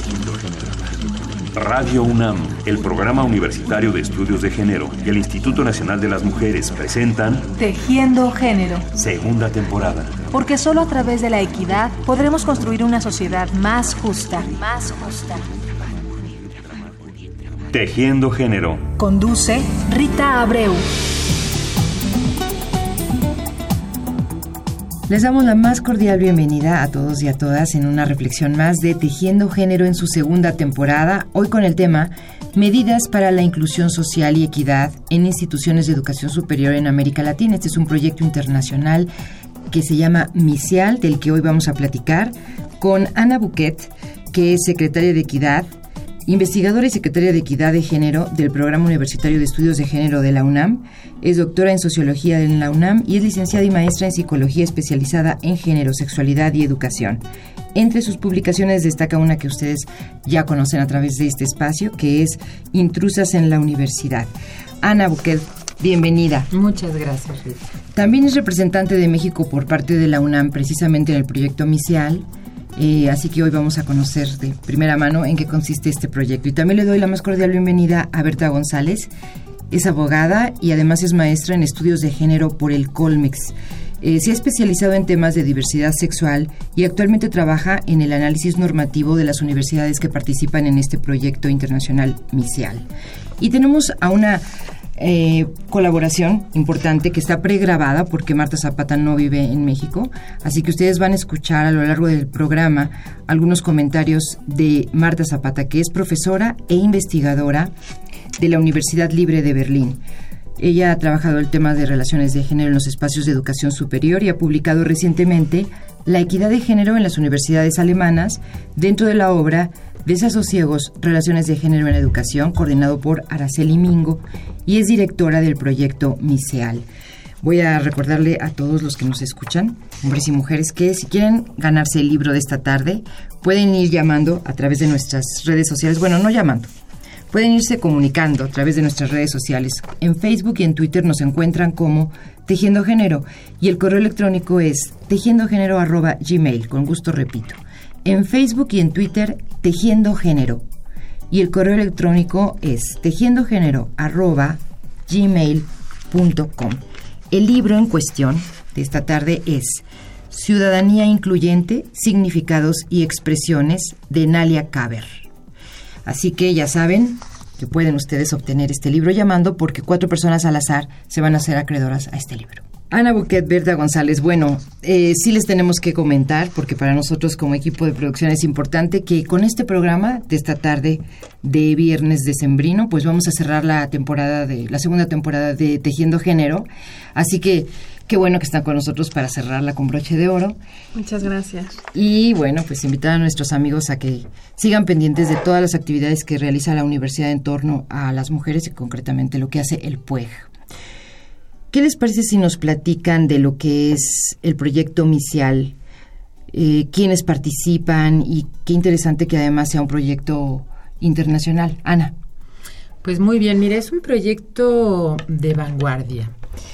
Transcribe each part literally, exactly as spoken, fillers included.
Radio UNAM, el Programa Universitario de Estudios de Género y el Instituto Nacional de las Mujeres presentan Tejiendo Género, segunda temporada. Porque solo a través de la equidad podremos construir una sociedad más justa. Más justa. Tejiendo Género. Conduce Rita Abreu. Les damos la más cordial bienvenida a todos y a todas en una reflexión más de Tejiendo Género en su segunda temporada, hoy con el tema Medidas para la Inclusión Social y Equidad en Instituciones de Educación Superior en América Latina. Este es un proyecto internacional que se llama MISIAL, del que hoy vamos a platicar con Ana Buquet, que es secretaria de Equidad, investigadora y secretaria de Equidad de Género del Programa Universitario de Estudios de Género de la UNAM, es doctora en Sociología en la UNAM y es licenciada y maestra en Psicología especializada en Género, Sexualidad y Educación. Entre sus publicaciones destaca una que ustedes ya conocen a través de este espacio, que es Intrusas en la Universidad. Ana Buquet, bienvenida. Muchas gracias, Rita. También es representante de México por parte de la UNAM, precisamente en el proyecto MISIAL. Eh, así que hoy vamos a conocer de primera mano en qué consiste este proyecto. Y también le doy la más cordial bienvenida a Berta González. Es abogada y además es maestra en estudios de género por el Colmex. Eh, se ha especializado en temas de diversidad sexual y actualmente trabaja en el análisis normativo de las universidades que participan en este proyecto internacional MISIAL. Y tenemos a una Eh, colaboración importante que está pregrabada porque Marta Zapata no vive en México, así que ustedes van a escuchar a lo largo del programa algunos comentarios de Marta Zapata, que es profesora e investigadora de la Universidad Libre de Berlín. Ella ha trabajado el tema de relaciones de género en los espacios de educación superior y ha publicado recientemente La equidad de género en las universidades alemanas dentro de la obra Desasosiegos, Relaciones de Género en la Educación, coordinado por Araceli Mingo, y es directora del proyecto MISIAL. Voy a recordarle a todos los que nos escuchan, hombres y mujeres, que si quieren ganarse el libro de esta tarde, pueden ir llamando a través de nuestras redes sociales. Bueno, no llamando, pueden irse comunicando a través de nuestras redes sociales. En Facebook y en Twitter nos encuentran como Tejiendo Género, y el correo electrónico es tejiendogénero arroba gmail, con gusto repito. En Facebook y en Twitter, Tejiendo Género. Y el correo electrónico es tejiendogénero arroba gmail punto com. El libro en cuestión de esta tarde es Ciudadanía Incluyente, Significados y Expresiones, de Nalia Kaber. Así que ya saben que pueden ustedes obtener este libro llamando, porque cuatro personas al azar se van a hacer acreedoras a este libro. Ana Buquet, Berta González, bueno, eh, sí les tenemos que comentar, porque para nosotros como equipo de producción es importante que con este programa de esta tarde de viernes decembrino, pues vamos a cerrar la temporada de la segunda temporada de Tejiendo Género, así que qué bueno que están con nosotros para cerrarla con broche de oro. Muchas gracias. Y bueno, pues invitar a nuestros amigos a que sigan pendientes de todas las actividades que realiza la universidad en torno a las mujeres y concretamente lo que hace el P U E G. ¿Qué les parece si nos platican de lo que es el proyecto MISIAL? Eh, ¿Quiénes participan? Y qué interesante que además sea un proyecto internacional. Ana. Pues muy bien, mire, es un proyecto de vanguardia,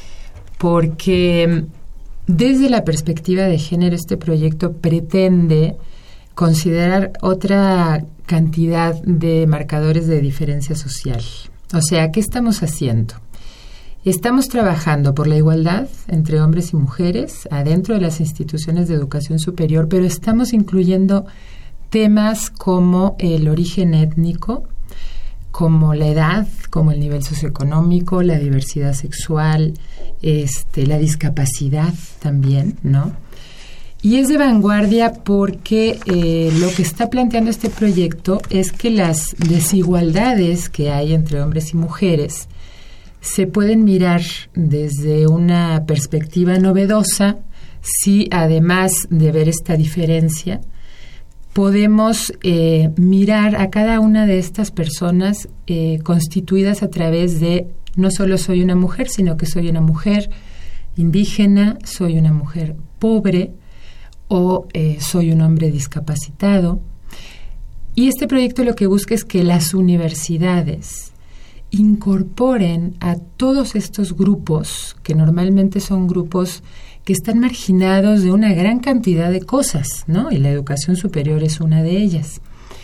porque desde la perspectiva de género este proyecto pretende considerar otra cantidad de marcadores de diferencia social. O sea, ¿qué estamos haciendo? Estamos trabajando por la igualdad entre hombres y mujeres adentro de las instituciones de educación superior, pero estamos incluyendo temas como el origen étnico, como la edad, como el nivel socioeconómico, la diversidad sexual, este, la discapacidad también, ¿no? Y es de vanguardia porque eh, lo que está planteando este proyecto es que las desigualdades que hay entre hombres y mujeres se pueden mirar desde una perspectiva novedosa si, además de ver esta diferencia, podemos eh, mirar a cada una de estas personas eh, constituidas a través de no solo soy una mujer, sino que soy una mujer indígena, soy una mujer pobre o eh, soy un hombre discapacitado. Y este proyecto lo que busca es que las universidades incorporen a todos estos grupos, que normalmente son grupos que están marginados de una gran cantidad de cosas, ¿no? Y la educación superior es una de ellas.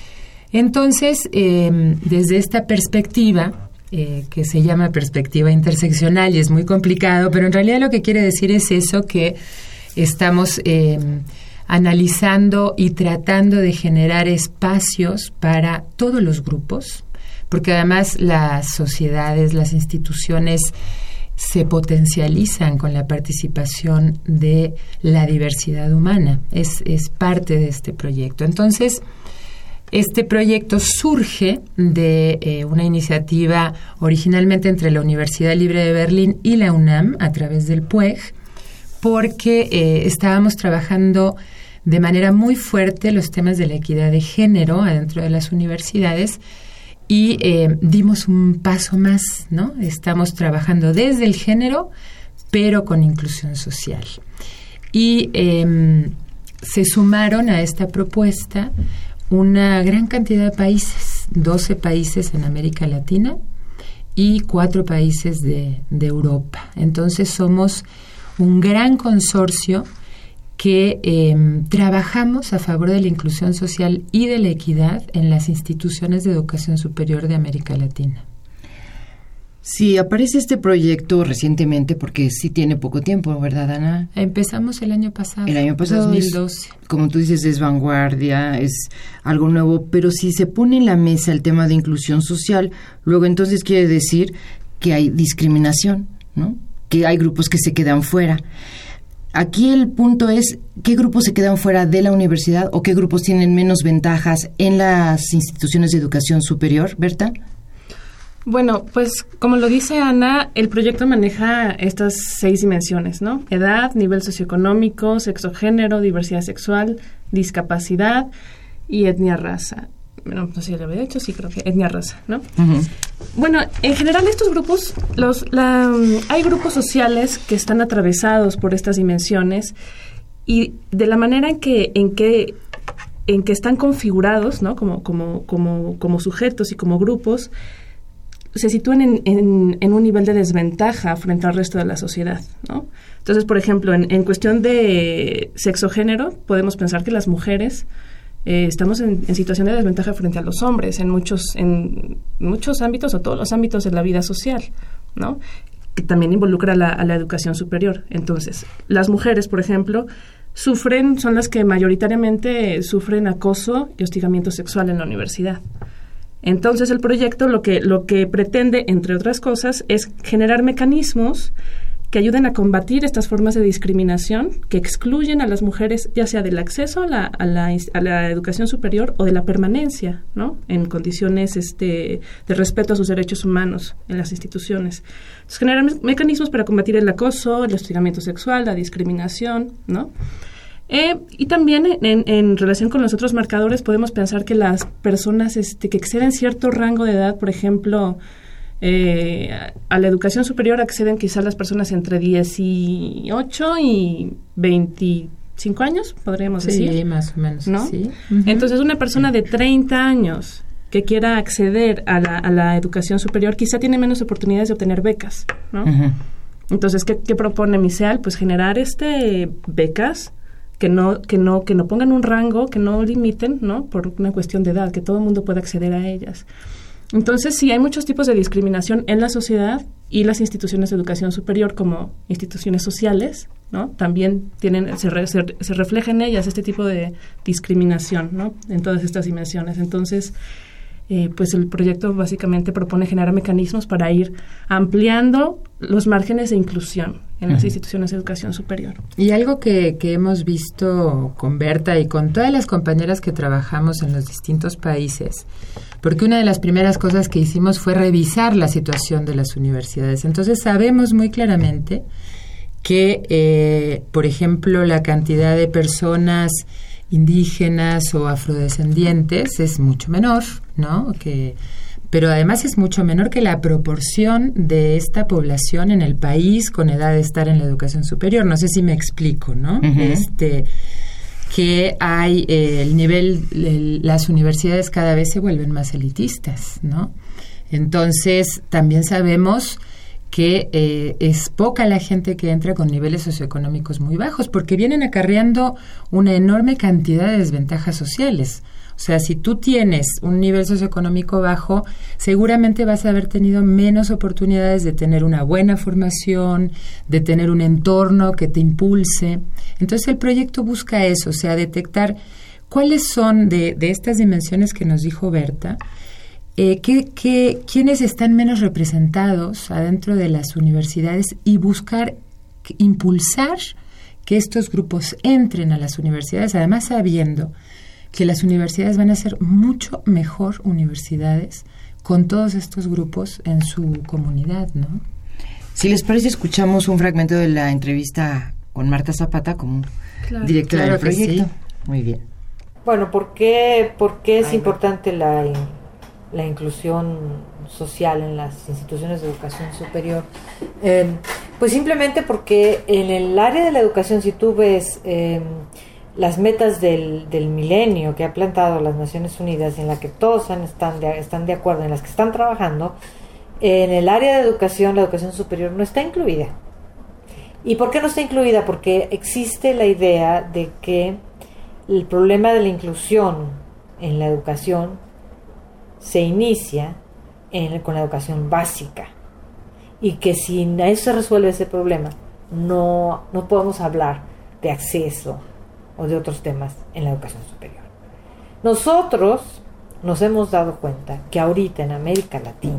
Entonces, eh, desde esta perspectiva, eh, que se llama perspectiva interseccional y es muy complicado, pero en realidad lo que quiere decir es eso, que estamos eh, analizando y tratando de generar espacios para todos los grupos, porque además las sociedades, las instituciones se potencializan con la participación de la diversidad humana. Es, es parte de este proyecto. Entonces, este proyecto surge de eh, una iniciativa originalmente entre la Universidad Libre de Berlín y la UNAM a través del P U E G, porque eh, estábamos trabajando de manera muy fuerte los temas de la equidad de género adentro de las universidades. Y eh, dimos un paso más, ¿no? Estamos trabajando desde el género, pero con inclusión social. Y eh, se sumaron a esta propuesta una gran cantidad de países, doce países en América Latina y cuatro países de, de Europa. Entonces somos un gran consorcio que eh, trabajamos a favor de la inclusión social y de la equidad en las instituciones de educación superior de América Latina. Sí, aparece este proyecto recientemente porque sí tiene poco tiempo, ¿verdad, Ana? Empezamos el año pasado. El año pasado. dos mil doce. Es, como tú dices, es vanguardia, es algo nuevo, pero si se pone en la mesa el tema de inclusión social, luego entonces quiere decir que hay discriminación, ¿no? Que hay grupos que se quedan fuera. Aquí el punto es, ¿qué grupos se quedan fuera de la universidad o qué grupos tienen menos ventajas en las instituciones de educación superior, Berta? Bueno, pues como lo dice Ana, el proyecto maneja estas seis dimensiones, ¿no? Edad, nivel socioeconómico, sexo, género, diversidad sexual, discapacidad y etnia, raza. Bueno, no sé si lo había dicho, sí, creo que etnia, raza, ¿no? Uh-huh. Bueno, en general estos grupos, los, la, hay grupos sociales que están atravesados por estas dimensiones y de la manera en que, en que, en que están configurados, ¿no? Como, como, como, como sujetos y como grupos, se sitúan en, en, en un nivel de desventaja frente al resto de la sociedad, ¿no? Entonces, por ejemplo, en, en cuestión de sexo-género, podemos pensar que las mujeres Eh, estamos en, en situación de desventaja frente a los hombres en muchos en muchos ámbitos o todos los ámbitos de la vida social, ¿no? Que también involucra a la, a la educación superior. Entonces, las mujeres, por ejemplo, sufren, son las que mayoritariamente sufren acoso y hostigamiento sexual en la universidad. Entonces, el proyecto lo que lo que pretende, entre otras cosas, es generar mecanismos que ayuden a combatir estas formas de discriminación que excluyen a las mujeres, ya sea del acceso a la, a la, a la educación superior o de la permanencia, ¿no? En condiciones este, de respeto a sus derechos humanos en las instituciones. Entonces, generar me- mecanismos para combatir el acoso, el hostigamiento sexual, la discriminación, ¿no? Eh, y también en, en relación con los otros marcadores podemos pensar que las personas este, que exceden cierto rango de edad, por ejemplo, Eh, a la educación superior acceden quizás las personas entre dieciocho y veinticinco años, podríamos sí, decir. Sí, más o menos. ¿No? Sí. Uh-huh. Entonces, una persona de treinta años que quiera acceder a la, a la educación superior quizá tiene menos oportunidades de obtener becas, ¿no? Uh-huh. Entonces, ¿qué, qué propone MISEAL? Pues generar este becas que no que no que no pongan un rango, que no limiten, ¿no? Por una cuestión de edad, que todo el mundo pueda acceder a ellas. Entonces, sí, hay muchos tipos de discriminación en la sociedad y las instituciones de educación superior como instituciones sociales, ¿no? También tienen se, re, se, se refleja en ellas este tipo de discriminación, ¿no? En todas estas dimensiones. Entonces, eh, pues el proyecto básicamente propone generar mecanismos para ir ampliando los márgenes de inclusión en las uh-huh. instituciones de educación superior. Y algo que, que hemos visto con Berta y con todas las compañeras que trabajamos en los distintos países, porque una de las primeras cosas que hicimos fue revisar la situación de las universidades. Entonces sabemos muy claramente que, eh, por ejemplo, la cantidad de personas indígenas o afrodescendientes es mucho menor, ¿no? Que, pero además es mucho menor que la proporción de esta población en el país con edad de estar en la educación superior. No sé si me explico, ¿no? Uh-huh. Este, que hay eh, el nivel, el, las universidades cada vez se vuelven más elitistas, ¿no? Entonces, también sabemos que eh, es poca la gente que entra con niveles socioeconómicos muy bajos, porque vienen acarreando una enorme cantidad de desventajas sociales. O sea, si tú tienes un nivel socioeconómico bajo, seguramente vas a haber tenido menos oportunidades de tener una buena formación, de tener un entorno que te impulse. Entonces el proyecto busca eso, o sea, detectar cuáles son de, de estas dimensiones que nos dijo Berta, eh, qué, qué, quiénes están menos representados adentro de las universidades y buscar impulsar que estos grupos entren a las universidades, además sabiendo que las universidades van a ser mucho mejor universidades con todos estos grupos en su comunidad, ¿no? Si les parece, escuchamos un fragmento de la entrevista con Marta Zapata como claro, directora claro del proyecto. Sí. Muy bien. Bueno, ¿por qué, por qué es Ay, importante la, la inclusión social en las instituciones de educación superior? Eh, pues simplemente porque en el área de la educación, si tú ves eh, las metas del, del milenio que ha plantado las Naciones Unidas, en la que todos están de, están de acuerdo, en las que están trabajando, en el área de educación, la educación superior no está incluida. ¿Y por qué no está incluida? Porque existe la idea de que el problema de la inclusión en la educación se inicia en, con la educación básica, y que si eso se resuelve ese problema, no, no podemos hablar de acceso o de otros temas en la educación superior. Nosotros nos hemos dado cuenta que ahorita en América Latina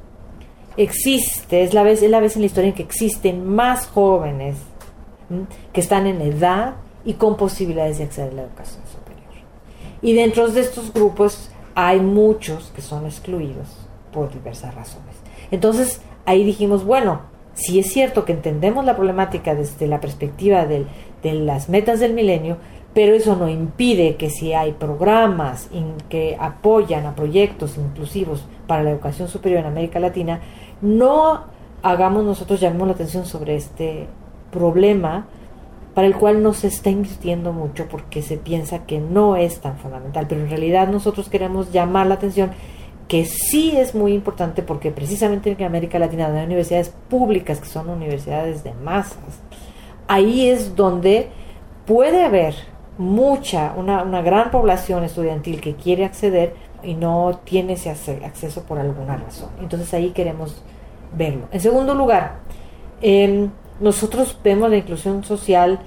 existe, es la vez, es la vez en la historia en que existen más jóvenes ¿m? que están en edad y con posibilidades de acceder a la educación superior. Y dentro de estos grupos hay muchos que son excluidos por diversas razones. Entonces, ahí dijimos, bueno, sí es cierto que entendemos la problemática desde la perspectiva del, de las metas del milenio, pero eso no impide que si hay programas in, que apoyan a proyectos inclusivos para la educación superior en América Latina, no hagamos nosotros, llamemos la atención sobre este problema para el cual no se está invirtiendo mucho porque se piensa que no es tan fundamental, pero en realidad nosotros queremos llamar la atención que sí es muy importante, porque precisamente en América Latina, donde hay universidades públicas que son universidades de masas, ahí es donde puede haber mucha, una, una gran población estudiantil que quiere acceder y no tiene ese acceso por alguna razón. Entonces ahí queremos verlo. En segundo lugar, eh, nosotros vemos la inclusión social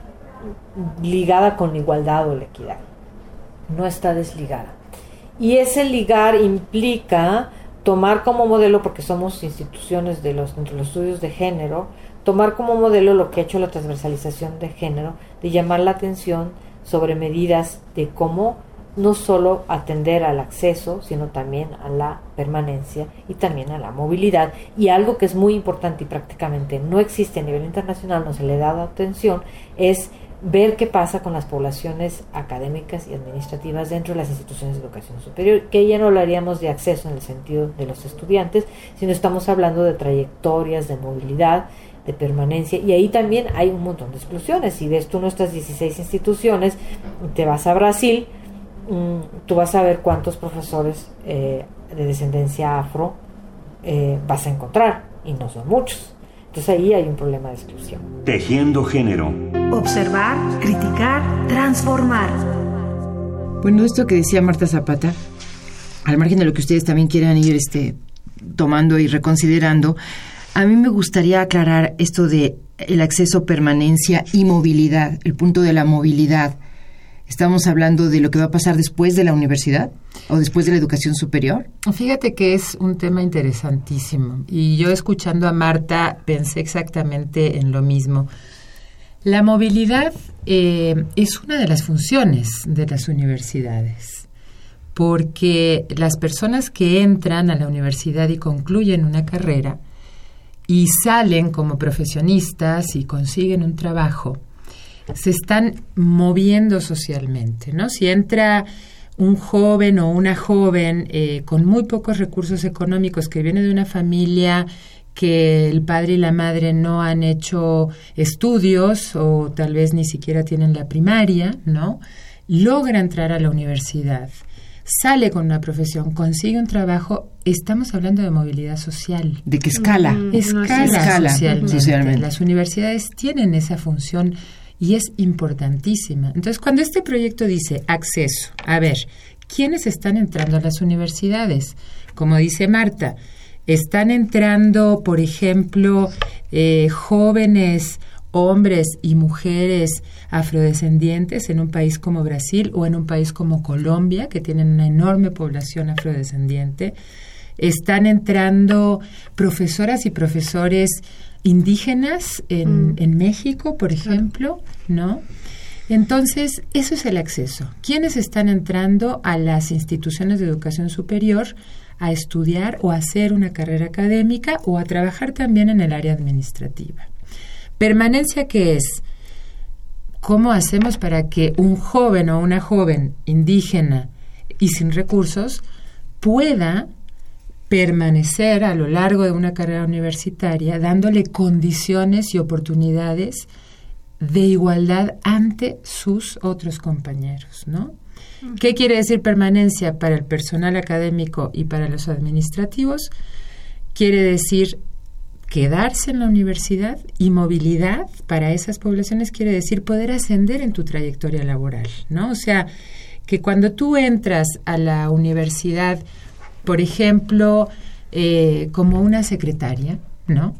ligada con la igualdad o la equidad. No está desligada. Y ese ligar implica tomar como modelo, porque somos instituciones de los, de los estudios de género, tomar como modelo lo que ha hecho la transversalización de género, de llamar la atención sobre medidas de cómo no solo atender al acceso, sino también a la permanencia y también a la movilidad. Y algo que es muy importante y prácticamente no existe a nivel internacional, no se le ha dado atención, es ver qué pasa con las poblaciones académicas y administrativas dentro de las instituciones de educación superior, que ya no hablaríamos de acceso en el sentido de los estudiantes, sino estamos hablando de trayectorias, de movilidad, de permanencia, y ahí también hay un montón de exclusiones. Si ves tú nuestras dieciséis instituciones, te vas a Brasil, mmm, tú vas a ver cuántos profesores eh, de descendencia afro eh, vas a encontrar, y no son muchos. Entonces ahí hay un problema de exclusión. Tejiendo género. Observar, criticar, transformar. Bueno, esto que decía Marta Zapata, al margen de lo que ustedes también quieran ir este, tomando y reconsiderando, a mí me gustaría aclarar esto de el acceso, permanencia y movilidad, el punto de la movilidad. ¿Estamos hablando de lo que va a pasar después de la universidad o después de la educación superior? Fíjate que es un tema interesantísimo, y yo escuchando a Marta pensé exactamente en lo mismo. La movilidad eh, es una de las funciones de las universidades, porque las personas que entran a la universidad y concluyen una carrera y salen como profesionistas y consiguen un trabajo, se están moviendo socialmente, ¿no? Si entra un joven o una joven eh, con muy pocos recursos económicos, que viene de una familia que el padre y la madre no han hecho estudios o tal vez ni siquiera tienen la primaria, ¿no? Logra entrar a la universidad, sale con una profesión, consigue un trabajo, estamos hablando de movilidad social. ¿De qué escala? Mm, escala, no escala socialmente. socialmente. Las universidades tienen esa función y es importantísima. Entonces, cuando este proyecto dice acceso, a ver, ¿quiénes están entrando a las universidades? Como dice Marta, están entrando, por ejemplo, eh, jóvenes hombres y mujeres afrodescendientes en un país como Brasil o en un país como Colombia, que tienen una enorme población afrodescendiente. Están entrando profesoras y profesores indígenas en, mm. en México, por ejemplo, ¿no? Entonces, eso es el acceso. ¿Quiénes están entrando a las instituciones de educación superior a estudiar o a hacer una carrera académica o a trabajar también en el área administrativa? Permanencia, ¿qué es? ¿Cómo hacemos para que un joven o una joven indígena y sin recursos pueda permanecer a lo largo de una carrera universitaria dándole condiciones y oportunidades de igualdad ante sus otros compañeros, ¿no? Uh-huh. ¿Qué quiere decir permanencia para el personal académico y para los administrativos? Quiere decir quedarse en la universidad, y movilidad para esas poblaciones quiere decir poder ascender en tu trayectoria laboral, ¿no? O sea, que cuando tú entras a la universidad, por ejemplo, eh, como una secretaria, ¿no?,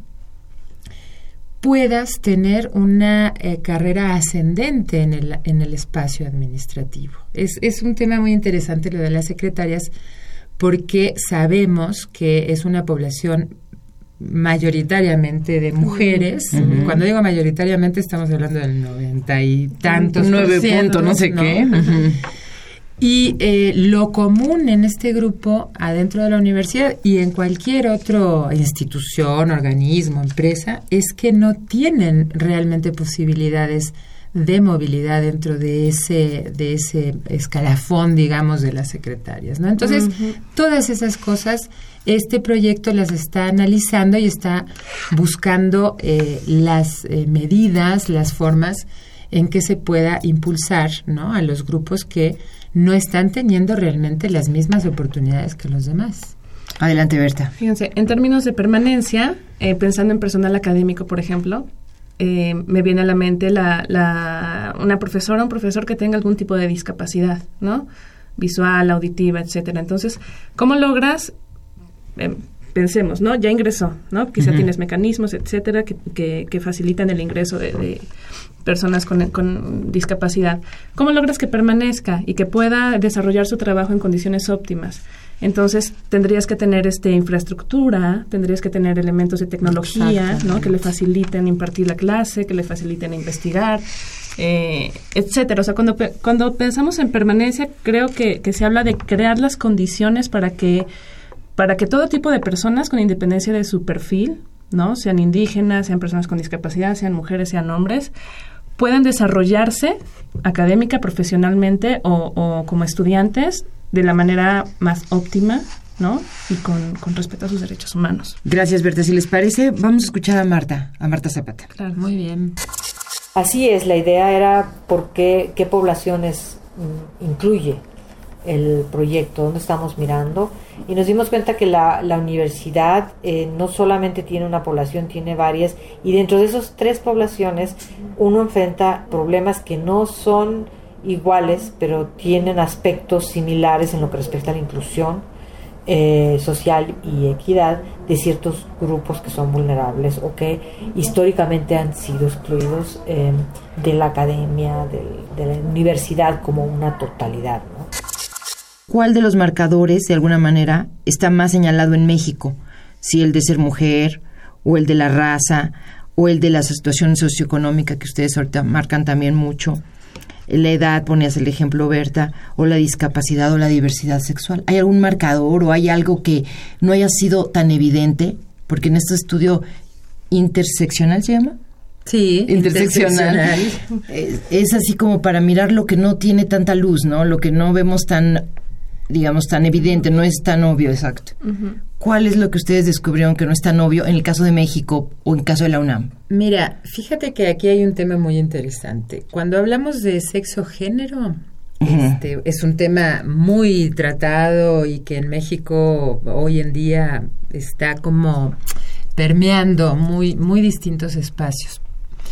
puedas tener una eh, carrera ascendente en el, en el espacio administrativo. Es, es un tema muy interesante lo de las secretarias, porque sabemos que es una población mayoritariamente de mujeres. Uh-huh. Cuando digo mayoritariamente estamos hablando del noventa y tantos nueve punto no sé ¿no? qué. Uh-huh. Y eh, lo común en este grupo adentro de la universidad y en cualquier otra institución, organismo, empresa, es que no tienen realmente posibilidades de movilidad dentro de ese de ese escalafón, digamos, de las secretarias, ¿no? Entonces, uh-huh. todas esas cosas, este proyecto las está analizando y está buscando eh, las eh, medidas, las formas en que se pueda impulsar, ¿no?, a los grupos que no están teniendo realmente las mismas oportunidades que los demás. Adelante, Berta. Fíjense, en términos de permanencia, eh, pensando en personal académico, por ejemplo, eh, me viene a la mente la, la, una profesora, un profesor que tenga algún tipo de discapacidad, ¿no?, visual, auditiva, etcétera. Entonces, ¿cómo logras? Eh, pensemos, ¿no? Ya ingresó, ¿no? Quizá uh-huh. tienes mecanismos, etcétera, que, que, que facilitan el ingreso de, de personas con, con discapacidad. ¿Cómo logras que permanezca y que pueda desarrollar su trabajo en condiciones óptimas? Entonces, tendrías que tener este infraestructura, tendrías que tener elementos de tecnología, ¿no?, que le faciliten impartir la clase, que le faciliten investigar, eh, etcétera. O sea, cuando, cuando pensamos en permanencia, creo que, que se habla de crear las condiciones para que para que todo tipo de personas, con independencia de su perfil, ¿no?, sean indígenas, sean personas con discapacidad, sean mujeres, sean hombres, puedan desarrollarse académica, profesionalmente o, o como estudiantes de la manera más óptima, ¿no?, y con, con respeto a sus derechos humanos. Gracias, Berta. Si les parece, vamos a escuchar a Marta, a Marta Zapata. Claro, muy bien. Así es, la idea era por qué, qué poblaciones mm, incluye el proyecto, dónde estamos mirando, y nos dimos cuenta que la, la universidad eh, no solamente tiene una población, tiene varias, y dentro de esas tres poblaciones uno enfrenta problemas que no son iguales, pero tienen aspectos similares en lo que respecta a la inclusión eh, social y equidad de ciertos grupos que son vulnerables o que históricamente han sido excluidos eh, de la academia, de, de la universidad como una totalidad, ¿no? ¿Cuál de los marcadores, de alguna manera, está más señalado en México? Si el de ser mujer, o el de la raza, o el de la situación socioeconómica, que ustedes ahorita marcan también mucho, la edad, ponías el ejemplo, Berta, o la discapacidad o la diversidad sexual. ¿Hay algún marcador o hay algo que no haya sido tan evidente? Porque en este estudio interseccional, ¿se llama? Sí, interseccional. interseccional. Es, es así como para mirar lo que no tiene tanta luz, ¿no? Lo que no vemos tan, digamos, tan evidente, no es tan obvio, exacto. Uh-huh. ¿Cuál es lo que ustedes descubrieron que no es tan obvio en el caso de México o en el caso de la UNAM? Mira, fíjate que aquí hay un tema muy interesante. Cuando hablamos de sexo-género, uh-huh. este, es un tema muy tratado y que en México hoy en día está como permeando muy, muy distintos espacios.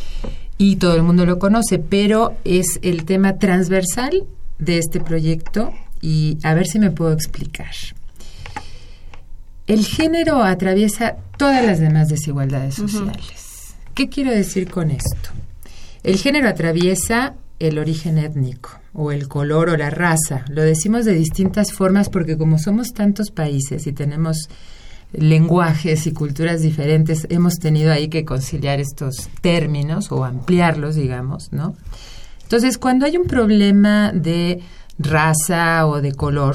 Y todo el mundo lo conoce, pero es el tema transversal de este proyecto y a ver si me puedo explicar. El género atraviesa todas las demás desigualdades sociales. Uh-huh. ¿Qué quiero decir con esto? El género atraviesa el origen étnico, o el color o la raza. Lo decimos de distintas formas porque como somos tantos países y tenemos lenguajes y culturas diferentes, hemos tenido ahí que conciliar estos términos o ampliarlos, digamos, ¿no? Entonces, cuando hay un problema de raza o de color,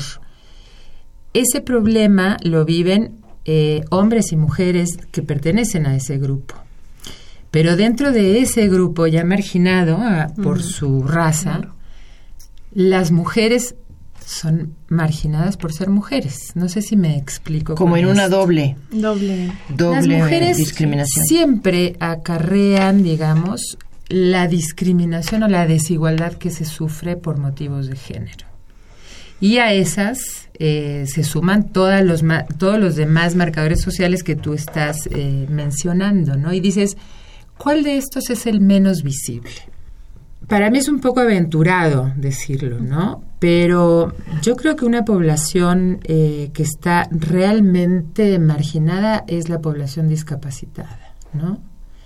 ese problema lo viven eh, hombres y mujeres que pertenecen a ese grupo. Pero dentro de ese grupo ya marginado a, por uh-huh. su raza, uh-huh. las mujeres son marginadas por ser mujeres. No sé si me explico. Como en esto. Una doble. Doble. Doble las mujeres discriminación. Siempre acarrean, digamos, la discriminación o la desigualdad que se sufre por motivos de género. Y a esas eh, se suman todos los, ma- todos los demás marcadores sociales que tú estás eh, mencionando, ¿no? Y dices, ¿cuál de estos es el menos visible? Para mí es un poco aventurado decirlo, ¿no? Pero yo creo que una población eh, que está realmente marginada es la población discapacitada, ¿no?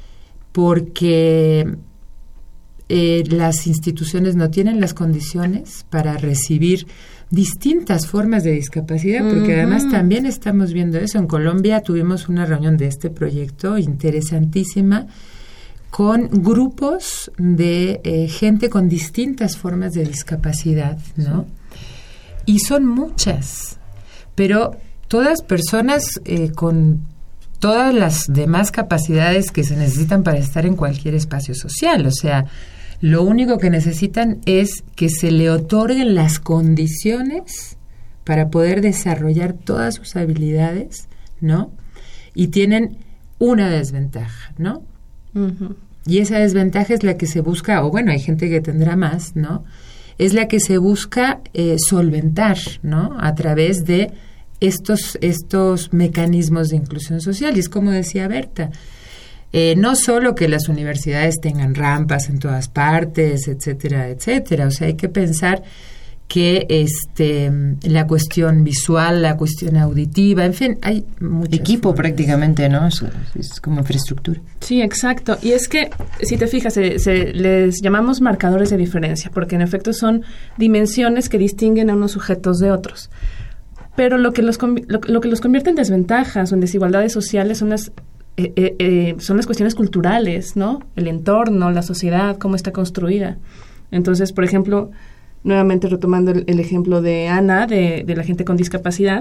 Porque eh, las instituciones no tienen las condiciones para recibir distintas formas de discapacidad, porque uh-huh. además también estamos viendo eso. En Colombia tuvimos una reunión de este proyecto interesantísima con grupos de eh, gente con distintas formas de discapacidad, ¿no? Sí. Y son muchas, pero todas personas eh, con todas las demás capacidades que se necesitan para estar en cualquier espacio social. O sea, lo único que necesitan es que se le otorguen las condiciones para poder desarrollar todas sus habilidades, ¿no? Y tienen una desventaja, ¿no? Uh-huh. Y esa desventaja es la que se busca, o bueno, hay gente que tendrá más, ¿no? Es la que se busca eh, solventar, ¿no? A través de estos, estos mecanismos de inclusión social. Y es como decía Berta, eh, no solo que las universidades tengan rampas en todas partes, etcétera, etcétera. O sea, hay que pensar que este la cuestión visual, la cuestión auditiva, en fin, hay mucho equipo formas. Prácticamente, ¿no? Es, es como infraestructura. Sí, exacto. Y es que, si te fijas, se, se les llamamos marcadores de diferencia, porque en efecto son dimensiones que distinguen a unos sujetos de otros. Pero lo que los lo, lo que los convierte en desventajas o en desigualdades sociales son las eh, eh, eh, son las cuestiones culturales, ¿no? El entorno, la sociedad, cómo está construida. Entonces, por ejemplo, nuevamente retomando el, el ejemplo de Ana, de, de la gente con discapacidad,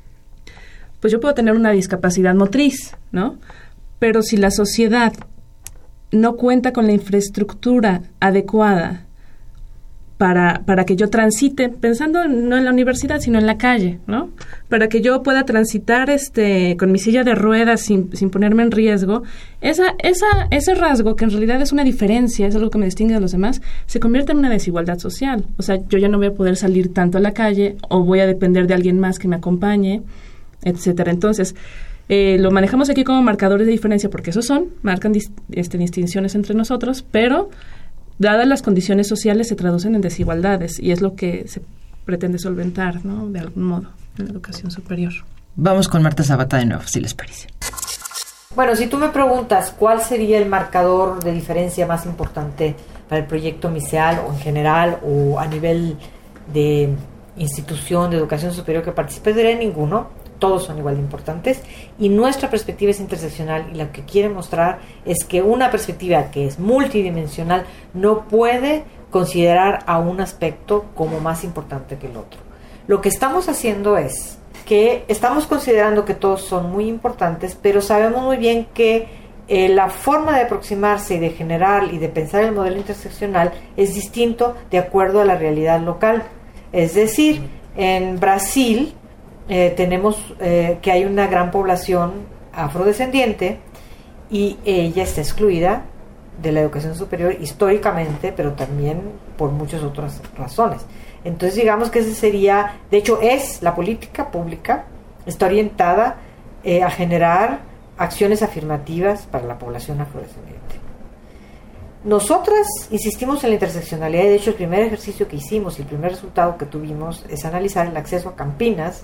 pues yo puedo tener una discapacidad motriz, ¿no? Pero si la sociedad no cuenta con la infraestructura adecuada para, para que yo transite, pensando no en la universidad, sino en la calle, ¿no? Para que yo pueda transitar este con mi silla de ruedas sin, sin ponerme en riesgo, esa, esa, ese rasgo, que en realidad es una diferencia, es algo que me distingue de los demás, se convierte en una desigualdad social. O sea, yo ya no voy a poder salir tanto a la calle, o voy a depender de alguien más que me acompañe, etcétera. Entonces, eh, lo manejamos aquí como marcadores de diferencia, porque esos son, marcan dis, este, distinciones entre nosotros, pero dadas las condiciones sociales se traducen en desigualdades, y es lo que se pretende solventar, ¿no? De algún modo, en la educación superior. Vamos con Marta Zapata de nuevo, si les parece. Bueno, si tú me preguntas cuál sería el marcador de diferencia más importante para el proyecto MISEAL, o en general, o a nivel de institución de educación superior que participe, diré ninguno. Todos son igual de importantes, y nuestra perspectiva es interseccional, y lo que quiere mostrar es que una perspectiva que es multidimensional no puede considerar a un aspecto como más importante que el otro. Lo que estamos haciendo es que estamos considerando que todos son muy importantes, pero sabemos muy bien que eh, la forma de aproximarse y de generar y de pensar el modelo interseccional es distinto de acuerdo a la realidad local. Es decir, en Brasil Eh, tenemos eh, que hay una gran población afrodescendiente, y ella está excluida de la educación superior históricamente, pero también por muchas otras razones. Entonces, digamos que ese sería, de hecho es la política pública, está orientada eh, a generar acciones afirmativas para la población afrodescendiente. Nosotras insistimos en la interseccionalidad y de hecho el primer ejercicio que hicimos y el primer resultado que tuvimos es analizar el acceso a Campinas.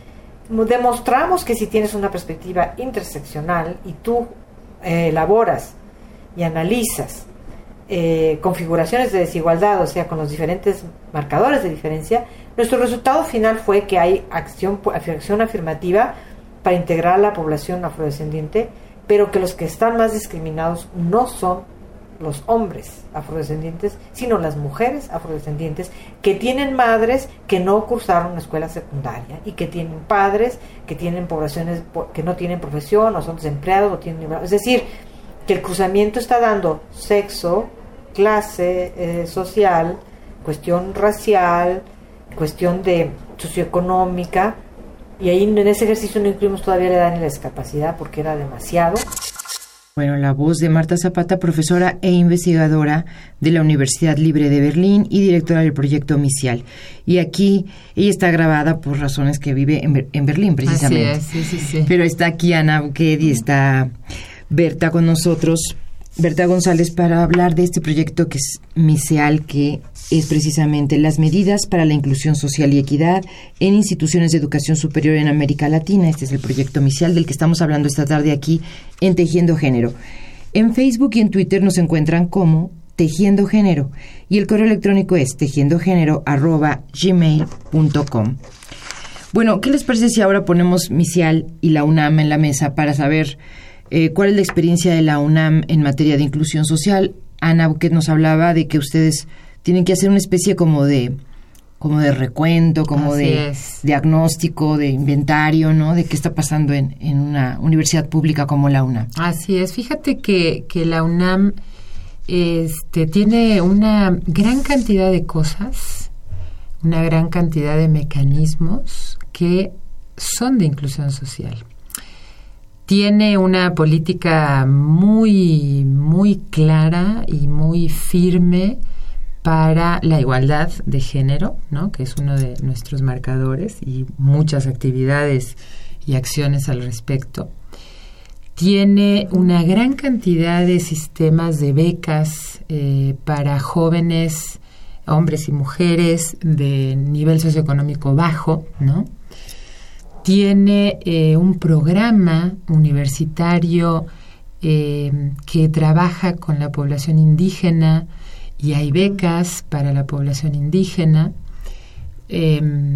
Demostramos que si tienes una perspectiva interseccional y tú eh, elaboras y analizas eh, configuraciones de desigualdad, o sea, con los diferentes marcadores de diferencia, nuestro resultado final fue que hay acción, acción afirmativa para integrar a la población afrodescendiente, pero que los que están más discriminados no son los hombres afrodescendientes, sino las mujeres afrodescendientes que tienen madres que no cursaron una escuela secundaria y que tienen padres que tienen poblaciones que no tienen profesión o son desempleados o tienen, es decir, que el cruzamiento está dando sexo, clase eh, social, cuestión racial, cuestión de socioeconómica, y ahí en ese ejercicio no incluimos todavía la edad ni la discapacidad porque era demasiado. Bueno, la voz de Marta Zapata, profesora e investigadora de la Universidad Libre de Berlín y directora del proyecto Misial. Y aquí ella está grabada por razones que vive en, Ber- en Berlín, precisamente. Así es, sí, sí, sí. Pero está aquí Ana Buquet y está Berta con nosotros, Berta González, para hablar de este proyecto que es Misial, que es precisamente las medidas para la inclusión social y equidad en instituciones de educación superior en América Latina. Este es el proyecto Misial del que estamos hablando esta tarde aquí en Tejiendo Género. En Facebook y en Twitter nos encuentran como Tejiendo Género y el correo electrónico es tejiendogénero arroba gmail punto com. Bueno, ¿qué les parece si ahora ponemos Misial y la UNAM en la mesa para saber eh, cuál es la experiencia de la UNAM en materia de inclusión social? Ana Buquet nos hablaba de que ustedes tienen que hacer una especie como de como de recuento, como Así de es. diagnóstico, de inventario, ¿no? De qué está pasando en, en una universidad pública como la UNAM. Así es. Fíjate que, que la UNAM este, tiene una gran cantidad de cosas, una gran cantidad de mecanismos que son de inclusión social. Tiene una política muy, muy clara y muy firme para la igualdad de género, ¿no? Que es uno de nuestros marcadores y muchas actividades y acciones al respecto. Tiene una gran cantidad de sistemas de becas eh, para jóvenes, hombres y mujeres de nivel socioeconómico bajo, ¿no? Tiene eh, un programa universitario eh, que trabaja con la población indígena y hay becas para la población indígena. Eh,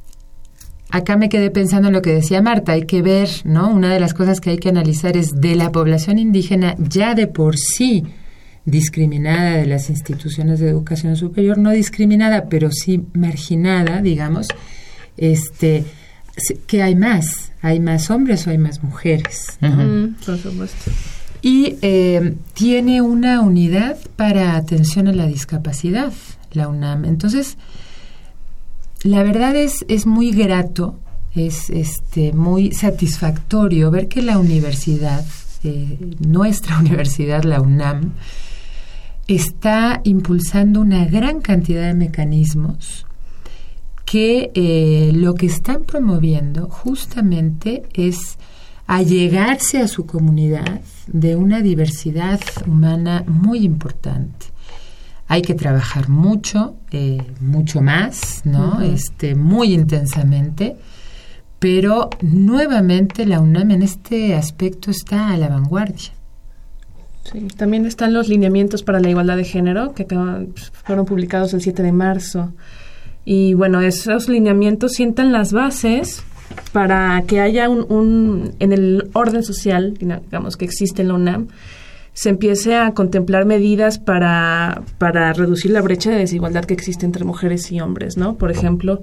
acá me quedé pensando en lo que decía Marta, hay que ver, ¿no? Una de las cosas que hay que analizar es de la población indígena ya de por sí discriminada de las instituciones de educación superior, no discriminada, pero sí marginada, digamos, este, ¿qué hay más? ¿Hay más hombres o hay más mujeres? ¿No? Mm, por supuesto. Y eh, tiene una unidad para atención a la discapacidad, la UNAM. Entonces, la verdad es, es muy grato, es este, muy satisfactorio ver que la universidad, eh, nuestra universidad, la UNAM, está impulsando una gran cantidad de mecanismos que eh, lo que están promoviendo justamente es allegarse a su comunidad de una diversidad humana muy importante. Hay que trabajar mucho, eh, mucho más, ¿no? Uh-huh. Este, muy intensamente, pero nuevamente la UNAM en este aspecto está a la vanguardia. Sí, también están los lineamientos para la igualdad de género que acaban, fueron publicados el siete de marzo. Y bueno, esos lineamientos sientan las bases para que haya un, un en el orden social, digamos, que existe en la UNAM, se empiece a contemplar medidas para, para reducir la brecha de desigualdad que existe entre mujeres y hombres, ¿no? Por ejemplo,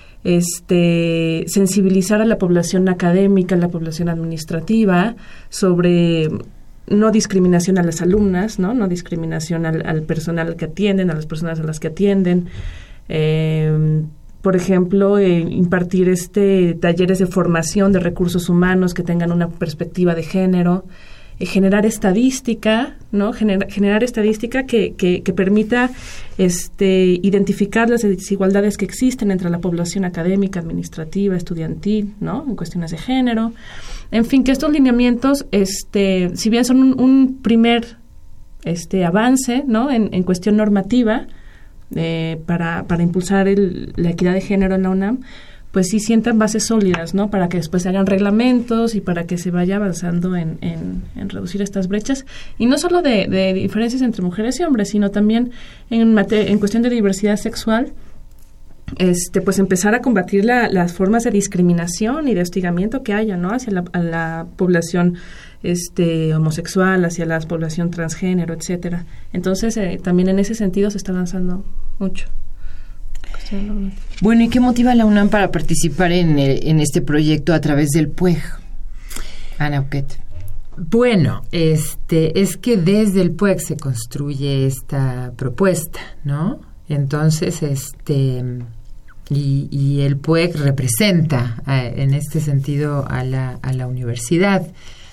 este sensibilizar a la población académica, a la población administrativa sobre no discriminación a las alumnas, ¿no? No discriminación al, al personal que atienden, a las personas a las que atienden. Eh, por ejemplo, eh, impartir este talleres de formación de recursos humanos que tengan una perspectiva de género, eh, generar estadística, ¿no? Gener, generar estadística que, que, que permita este, identificar las desigualdades que existen entre la población académica, administrativa, estudiantil, ¿no? En cuestiones de género. En fin, que estos lineamientos, este, si bien son un, un primer este avance, ¿no? En, en cuestión normativa eh, para, para impulsar el, la equidad de género en la UNAM, pues sí sientan bases sólidas, ¿no? Para que después se hagan reglamentos y para que se vaya avanzando en, en, en reducir estas brechas. Y no solo de, de diferencias entre mujeres y hombres, sino también en, mate- en cuestión de diversidad sexual, este pues empezar a combatir la, las formas de discriminación y de hostigamiento que haya, ¿no? Hacia la, a la población este homosexual, hacia la población transgénero, etcétera. Entonces, eh, también en ese sentido se está avanzando mucho. Bueno, ¿y qué motiva a la UNAM para participar en, en este proyecto a través del P U E G? Ana Uquet. Bueno, este, es que desde el P U E G se construye esta propuesta, ¿no? Entonces, este, y, y el P U E G representa eh, en este sentido a la, a la universidad.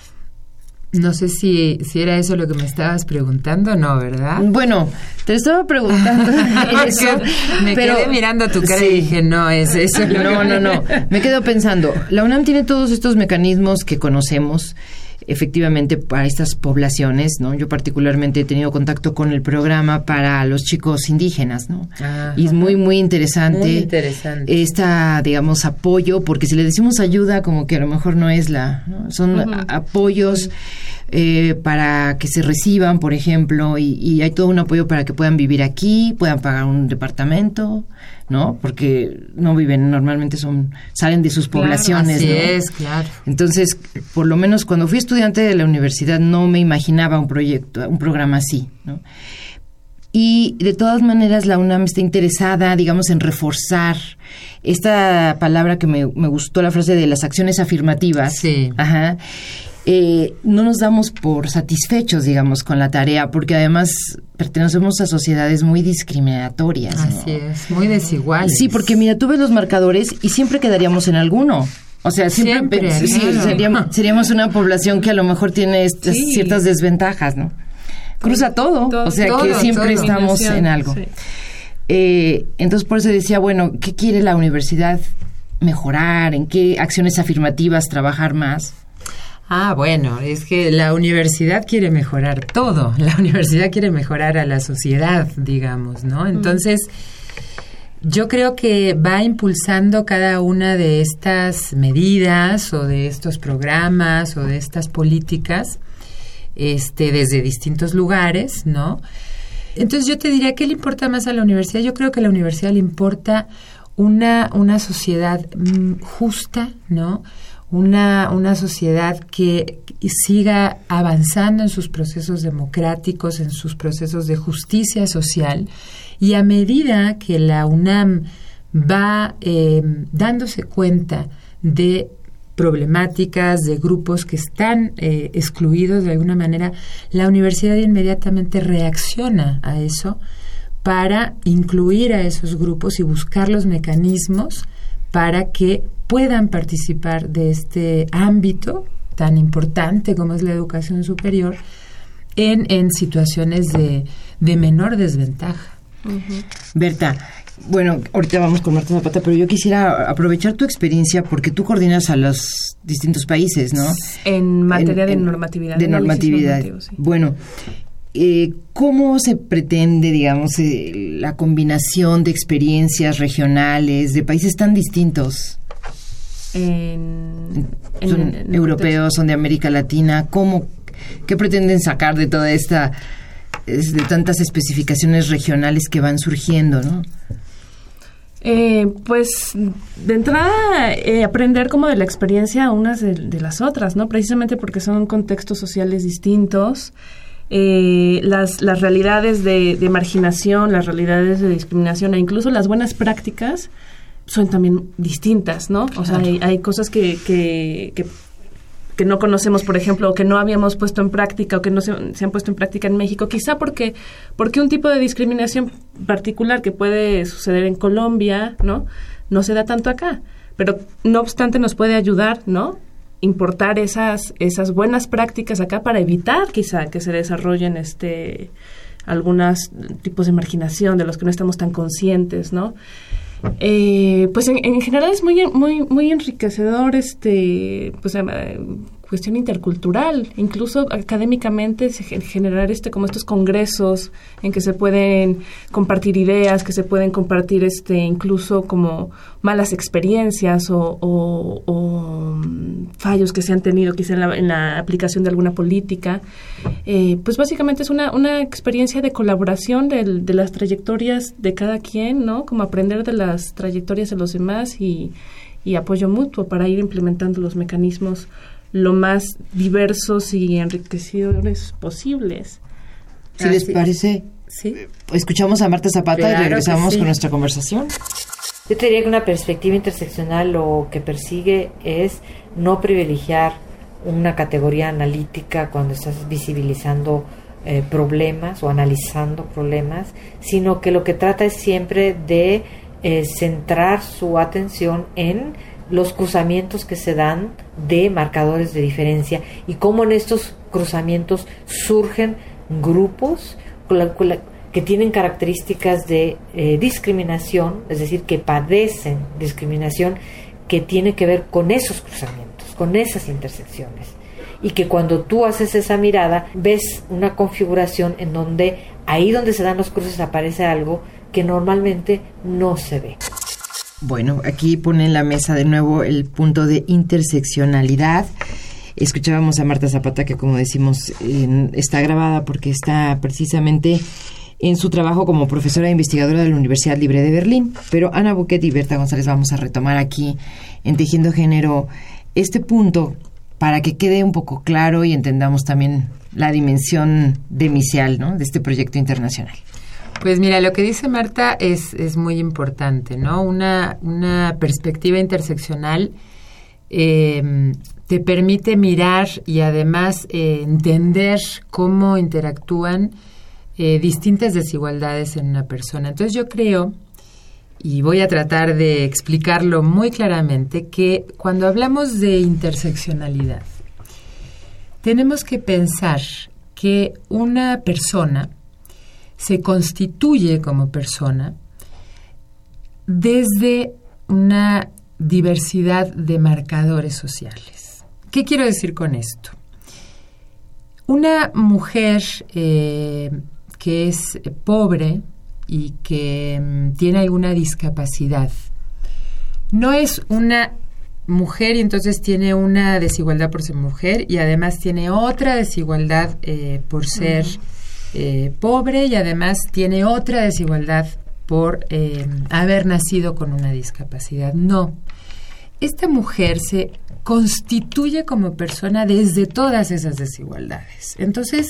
No sé si, si era eso lo que me estabas preguntando, no, ¿verdad? Bueno, te estaba preguntando eso, me pero, quedé mirando tu cara sí. y dije, no, es eso. No, no, no. Me quedo pensando, la UNAM tiene todos estos mecanismos que conocemos, efectivamente, para estas poblaciones, ¿no? Yo particularmente he tenido contacto con el programa para los chicos indígenas, ¿no? Ajá. Y es muy, muy interesante. Muy interesante. Esta, digamos, apoyo, porque si le decimos ayuda, como que a lo mejor no es la, ¿no? Son uh-huh. a- apoyos eh, para que se reciban, por ejemplo, y, y hay todo un apoyo para que puedan vivir aquí, puedan pagar un departamento, ¿no? Porque no viven, normalmente son, salen de sus poblaciones, claro, así ¿no? es, claro. Entonces, por lo menos cuando fui estudiante de la universidad no me imaginaba un proyecto, un programa así, ¿no? Y de todas maneras la UNAM está interesada, digamos, en reforzar esta palabra que me, me gustó, la frase de las acciones afirmativas. Sí. Ajá. Eh, no nos damos por satisfechos, digamos, con la tarea, porque además pertenecemos a sociedades muy discriminatorias, ¿no? Así es, muy desiguales. Sí, porque mira, tú ves los marcadores y siempre quedaríamos en alguno. O sea, siempre, Siempre, pe- sí, claro. seríamos, seríamos una población que a lo mejor tiene estas Sí. ciertas desventajas, ¿no? Cruza todo, Todo, o sea todo, que siempre todo. estamos en algo. Sí. Eh, entonces, por eso decía, bueno, ¿qué quiere la universidad mejorar? ¿En qué acciones afirmativas trabajar más? Ah, bueno, es que la universidad quiere mejorar todo. La universidad quiere mejorar a la sociedad, digamos, ¿no? Entonces, yo creo que va impulsando cada una de estas medidas o de estos programas o de estas políticas este, desde distintos lugares, ¿no? Entonces, yo te diría, ¿qué le importa más a la universidad? Yo creo que a la universidad le importa una, una sociedad mm, justa, ¿no? Una, una sociedad que siga avanzando en sus procesos democráticos, en sus procesos de justicia social, y a medida que la UNAM va eh, dándose cuenta de problemáticas, de grupos que están eh, excluidos de alguna manera, la universidad inmediatamente reacciona a eso para incluir a esos grupos y buscar los mecanismos para que puedan participar de este ámbito tan importante como es la educación superior en, en situaciones de, de menor desventaja. Uh-huh. Berta, bueno, ahorita vamos con Marta Zapata, pero yo quisiera aprovechar tu experiencia porque tú coordinas a los distintos países, ¿no? En materia En- de en- normatividad. De análisis normatividad. normativo, sí. Bueno, eh, ¿cómo se pretende, digamos, eh, la combinación de experiencias regionales de países tan distintos? En, en- Son en- en- europeos, son de América Latina. ¿Cómo, qué pretenden sacar de toda esta, es, de tantas especificaciones regionales que van surgiendo, ¿no? Eh, pues de entrada eh, aprender como de la experiencia unas de, de las otras, ¿no? Precisamente porque son contextos sociales distintos, eh, las, las realidades de, de marginación, las realidades de discriminación e incluso las buenas prácticas son también distintas, ¿no? O sea, hay, hay cosas que, que, que, que no conocemos, por ejemplo, o que no habíamos puesto en práctica o que no se, se han puesto en práctica en México, quizá porque, porque un tipo de discriminación particular que puede suceder en Colombia, ¿no? No se da tanto acá, pero no obstante nos puede ayudar, ¿no? Importar esas, esas buenas prácticas acá para evitar quizá que se desarrollen este algunos tipos de marginación de los que no estamos tan conscientes, ¿no? Eh, pues en, en general es muy muy muy enriquecedor este pues eh, cuestión intercultural, incluso académicamente generar este como estos congresos en que se pueden compartir ideas, que se pueden compartir este incluso como malas experiencias o, o, o fallos que se han tenido quizá en la, en la aplicación de alguna política. Eh, pues básicamente es una, una experiencia de colaboración de, de las trayectorias de cada quien, ¿no? Como aprender de las trayectorias de los demás y, y apoyo mutuo para ir implementando los mecanismos lo más diversos y enriquecedores posibles. Si les parece, ¿sí? Escuchamos a Marta Zapata claro y regresamos sí. con nuestra conversación. Yo te diría que una perspectiva interseccional lo que persigue es no privilegiar una categoría analítica cuando estás visibilizando eh, problemas o analizando problemas, sino que lo que trata es siempre de eh, centrar su atención en los cruzamientos que se dan de marcadores de diferencia y cómo en estos cruzamientos surgen grupos con la, con la, que tienen características de eh, discriminación, es decir, que padecen discriminación que tiene que ver con esos cruzamientos, con esas intersecciones. Y que cuando tú haces esa mirada, ves una configuración en donde ahí donde se dan los cruces aparece algo que normalmente no se ve. Bueno, aquí pone en la mesa de nuevo el punto de interseccionalidad. Escuchábamos a Marta Zapata, que como decimos, eh, está grabada porque está precisamente en su trabajo como profesora e investigadora de la Universidad Libre de Berlín. Pero Ana Buquet y Berta González vamos a retomar aquí en Tejiendo Género este punto para que quede un poco claro y entendamos también la dimensión demicial, ¿no?, de este proyecto internacional. Pues mira, lo que dice Marta es, es muy importante, ¿no? Una, una perspectiva interseccional eh, te permite mirar y además eh, entender cómo interactúan eh, distintas desigualdades en una persona. Entonces yo creo, y voy a tratar de explicarlo muy claramente, que cuando hablamos de interseccionalidad, tenemos que pensar que una persona se constituye como persona desde una diversidad de marcadores sociales. ¿Qué quiero decir con esto? Una mujer eh, que es pobre y que um, tiene alguna discapacidad no es una mujer y entonces tiene una desigualdad por ser mujer y además tiene otra desigualdad eh, por ser uh-huh. Eh, pobre y además tiene otra desigualdad por eh, haber nacido con una discapacidad. No. Esta mujer se constituye como persona desde todas esas desigualdades. Entonces,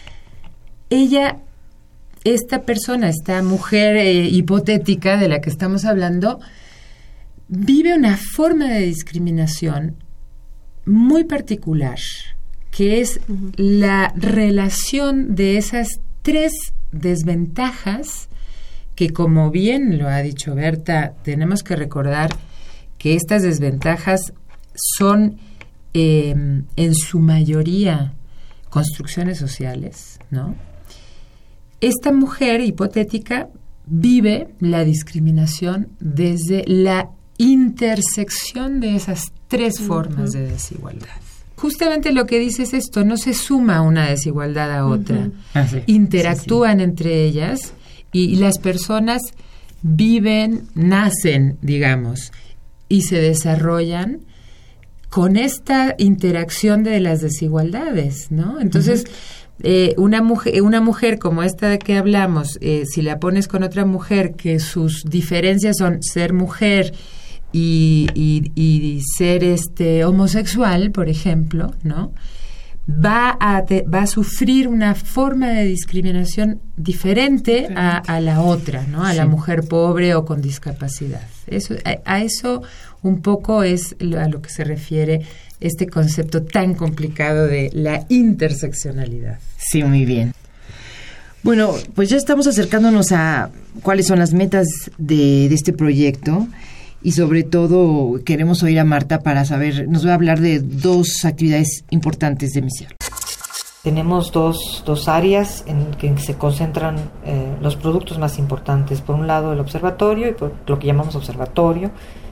ella, esta persona, esta mujer eh, hipotética de la que estamos hablando, vive una forma de discriminación muy particular, que es uh-huh. la relación de esas tres desventajas que, como bien lo ha dicho Berta, tenemos que recordar que estas desventajas son eh, en su mayoría construcciones sociales, ¿no? Esta mujer hipotética vive la discriminación desde la intersección de esas tres uh-huh. formas de desigualdad. Justamente lo que dice es esto, no se suma una desigualdad a otra, uh-huh. ah, sí. interactúan sí, sí. entre ellas y, y las personas viven, nacen, digamos, y se desarrollan con esta interacción de las desigualdades, ¿no? Entonces, uh-huh. eh, una mujer, una mujer como esta de que hablamos, eh, si la pones con otra mujer que sus diferencias son ser mujer Y, y, y ser este homosexual, por ejemplo, ¿no? Va a, te, va a sufrir una forma de discriminación diferente a, a la otra, ¿no? A sí. la mujer pobre o con discapacidad. Eso, a, a eso un poco es a lo que se refiere este concepto tan complicado de la interseccionalidad. Sí, muy bien. Bueno, pues ya estamos acercándonos a cuáles son las metas de, de este proyecto. Y sobre todo queremos oír a Marta para saber, nos va a hablar de dos actividades importantes de misión. Tenemos dos, dos áreas en que se concentran eh, los productos más importantes. Por un lado el observatorio, y por lo que llamamos observatorio,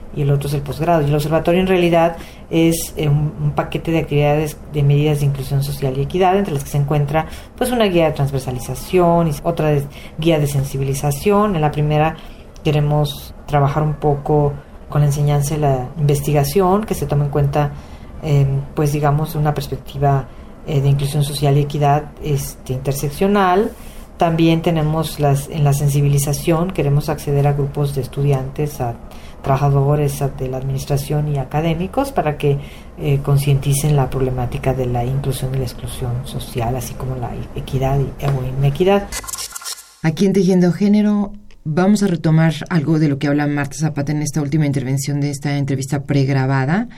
y el otro es el posgrado. Y el observatorio en realidad es eh, un, un paquete de actividades de medidas de inclusión social y equidad, entre las que se encuentra pues una guía de transversalización y otra de, guía de sensibilización. En la primera queremos trabajar un poco con la enseñanza y la investigación, que se tome en cuenta eh, pues digamos una perspectiva eh, de inclusión social y equidad este, interseccional. También tenemos las, en la sensibilización, queremos acceder a grupos de estudiantes, a trabajadores de la administración y académicos para que eh, concienticen la problemática de la inclusión y la exclusión social, así como la equidad y, o inequidad. Aquí en Tejiendo Género vamos a retomar algo de lo que habla Marta Zapata en esta última intervención de esta entrevista pregrabada,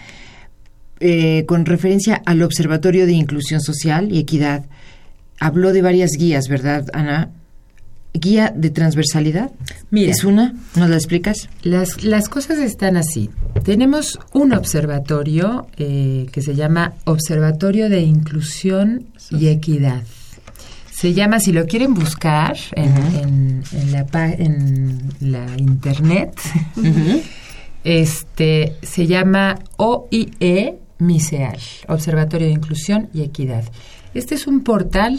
eh, con referencia al Observatorio de Inclusión Social y Equidad. Habló de varias guías, ¿verdad, Ana? ¿Guía de transversalidad? Mira, ¿es una? ¿Nos la explicas? Las, las cosas están así. Tenemos un observatorio eh, que se llama Observatorio de Inclusión y Equidad. Se llama, si lo quieren buscar en, uh-huh. en, en, la, en la internet, uh-huh. este se llama O I E MISEAL, Observatorio de Inclusión y Equidad. Este es un portal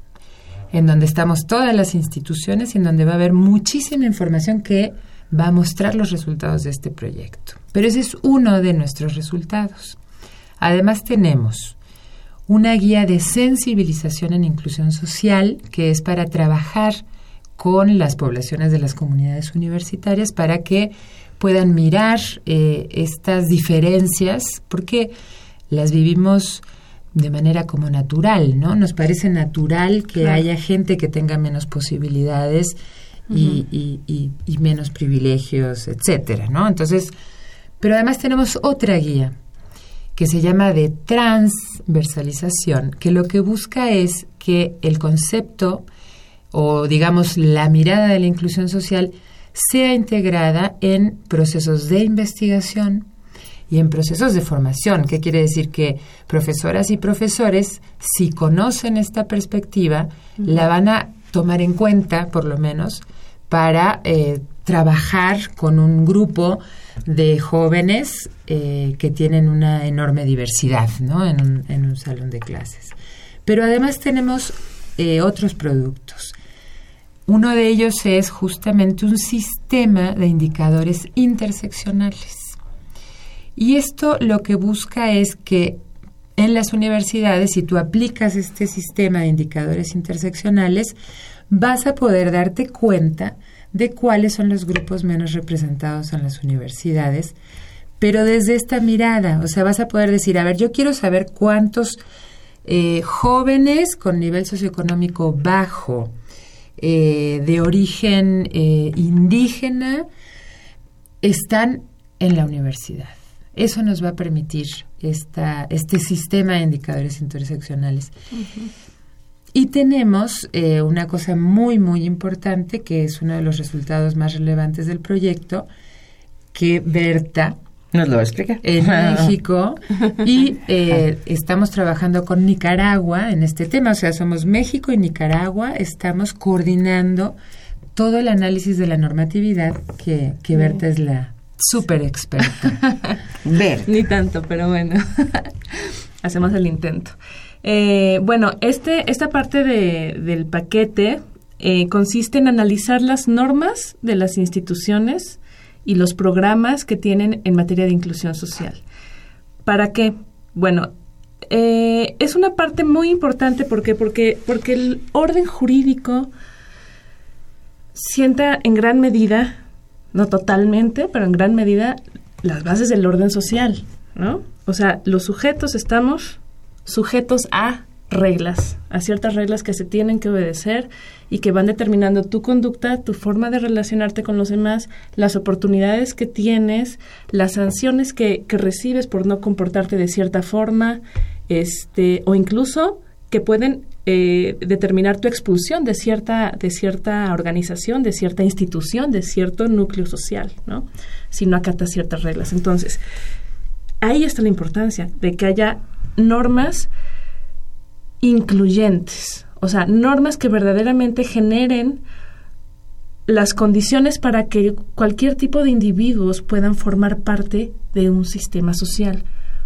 en donde estamos todas las instituciones y en donde va a haber muchísima información que va a mostrar los resultados de este proyecto. Pero ese es uno de nuestros resultados. Además tenemos una guía de sensibilización en inclusión social, que es para trabajar con las poblaciones de las comunidades universitarias para que puedan mirar eh, estas diferencias, porque las vivimos de manera como natural, ¿no? Nos parece natural que claro. haya gente que tenga menos posibilidades y, uh-huh. y, y, y menos privilegios, etcétera, ¿no? Entonces, pero además tenemos otra guía que se llama de transversalización, que lo que busca es que el concepto o, digamos, la mirada de la inclusión social sea integrada en procesos de investigación y en procesos de formación. ¿Qué quiere decir? Que profesoras y profesores, si conocen esta perspectiva, uh-huh. la van a tomar en cuenta, por lo menos, para eh, trabajar con un grupo de jóvenes eh, que tienen una enorme diversidad, ¿no? en, un, en un salón de clases. Pero además tenemos eh, otros productos. Uno de ellos es justamente un sistema de indicadores interseccionales. Y esto lo que busca es que en las universidades, si tú aplicas este sistema de indicadores interseccionales, vas a poder darte cuenta de cuáles son los grupos menos representados en las universidades, pero desde esta mirada. O sea, vas a poder decir, a ver, yo quiero saber cuántos eh, jóvenes con nivel socioeconómico bajo, eh, de origen eh, indígena, están en la universidad. Eso nos va a permitir esta, este sistema de indicadores interseccionales. Uh-huh. Y tenemos eh, una cosa muy, muy importante, que es uno de los resultados más relevantes del proyecto, que Berta nos lo va a explicar en México, y eh, estamos trabajando con Nicaragua en este tema. O sea, somos México y Nicaragua, estamos coordinando todo el análisis de la normatividad, que, que Berta es la súper experta. Ver. Ni tanto, pero bueno, hacemos el intento. Eh, bueno, este, esta parte de, del paquete eh, consiste en analizar las normas de las instituciones y los programas que tienen en materia de inclusión social. ¿Para qué? Bueno, eh, es una parte muy importante. ¿Por qué? Porque, porque el orden jurídico sienta en gran medida, no totalmente, pero en gran medida, las bases del orden social, ¿no? O sea, los sujetos estamos sujetos a reglas, a ciertas reglas que se tienen que obedecer y que van determinando tu conducta, tu forma de relacionarte con los demás, las oportunidades que tienes, las sanciones que, que recibes por no comportarte de cierta forma, este, o incluso que pueden eh, determinar tu expulsión de cierta, de cierta organización, de cierta institución, de cierto núcleo social, ¿no? Si no acatas ciertas reglas. Entonces, ahí está la importancia de que haya normas incluyentes, o sea, normas que verdaderamente generen las condiciones para que cualquier tipo de individuos puedan formar parte de un sistema social,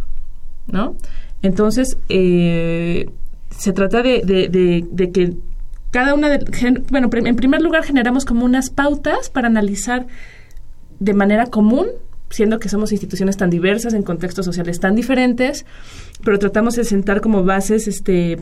¿no? Entonces, eh, se trata de, de, de, de que cada una de... Gen, bueno, en primer lugar generamos como unas pautas para analizar de manera común, siendo que somos instituciones tan diversas, en contextos sociales tan diferentes, pero tratamos de sentar como bases este,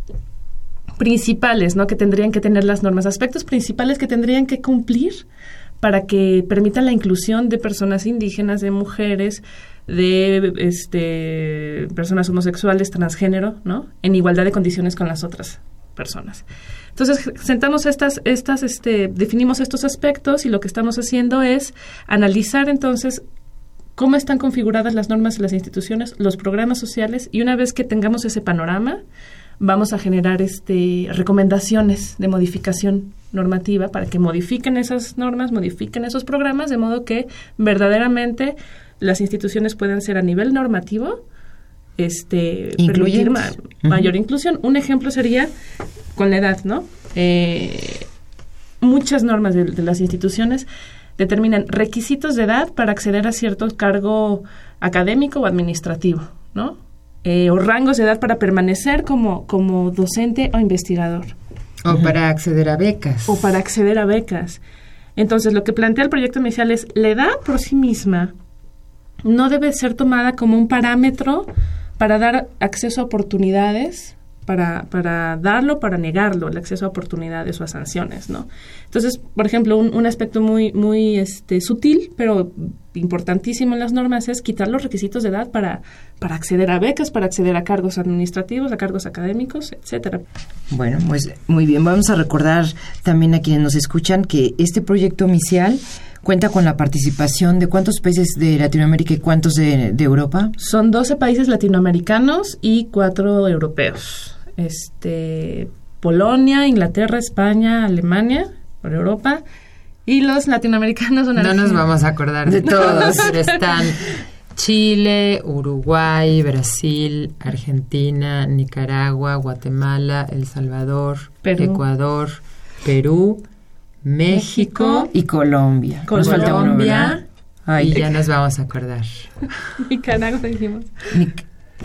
principales, ¿no?, que tendrían que tener las normas, aspectos principales que tendrían que cumplir para que permitan la inclusión de personas indígenas, de mujeres, de este, personas homosexuales, transgénero, ¿no?, en igualdad de condiciones con las otras personas. Entonces, sentamos estas, estas, este, definimos estos aspectos y lo que estamos haciendo es analizar entonces cómo están configuradas las normas de las instituciones, los programas sociales, y una vez que tengamos ese panorama, vamos a generar este, recomendaciones de modificación normativa para que modifiquen esas normas, modifiquen esos programas, de modo que verdaderamente las instituciones puedan ser a nivel normativo, este, permitir ma- uh-huh. mayor inclusión. Un ejemplo sería con la edad, ¿no? Eh, muchas normas de, de las instituciones determinan requisitos de edad para acceder a cierto cargo académico o administrativo, ¿no? Eh, o rangos de edad para permanecer como, como docente o investigador. O uh-huh. para acceder a becas. O para acceder a becas. Entonces, lo que plantea el proyecto inicial es la edad por sí misma no debe ser tomada como un parámetro para dar acceso a oportunidades, para, para darlo, para negarlo, el acceso a oportunidades o a sanciones, ¿no? Entonces, por ejemplo, un, un aspecto muy, muy este, sutil, pero importantísimo en las normas es quitar los requisitos de edad para, para acceder a becas, para acceder a cargos administrativos, a cargos académicos, etcétera. Bueno, pues muy bien. Vamos a recordar también a quienes nos escuchan que este proyecto inicial cuenta con la participación de ¿cuántos países de Latinoamérica y cuántos de, de Europa? Son doce países latinoamericanos y cuatro europeos. Este, Polonia, Inglaterra, España, Alemania, por Europa, y los latinoamericanos son... No nos vamos a acordar de todos, pero están Chile, Uruguay, Brasil, Argentina, Nicaragua, Guatemala, El Salvador, Perú. Ecuador, Perú, México y Colombia. Colombia. Nos falta uno, ¿verdad? Ay, y ya nos vamos a acordar. Nicaragua dijimos. Nic-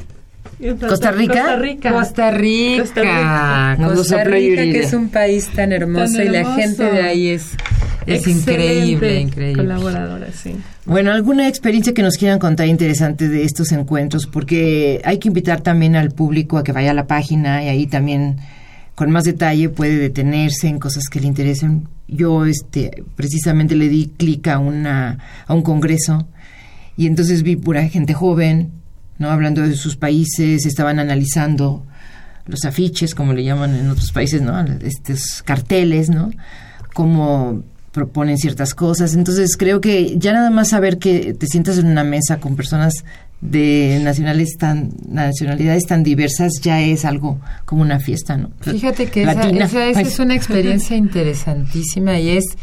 ¿Costa Rica? Costa Rica. Costa Rica. Costa Rica, Costa Rica que es un país tan hermoso, tan hermoso. Y la gente de ahí es, es increíble, increíble. Colaboradora, sí. Bueno, ¿alguna experiencia que nos quieran contar interesante de estos encuentros? Porque hay que invitar también al público a que vaya a la página y ahí también con más detalle puede detenerse en cosas que le interesen. Yo este precisamente le di clic a una a un congreso y entonces vi pura gente joven, ¿no? Hablando de sus países, estaban analizando los afiches, como le llaman en otros países, ¿no? Estos carteles, ¿no? Cómo proponen ciertas cosas. Entonces creo que ya nada más saber que te sientas en una mesa con personas de nacionales tan nacionalidades tan diversas ya es algo como una fiesta, ¿no? Fíjate que esa, esa, esa es una experiencia interesantísima y es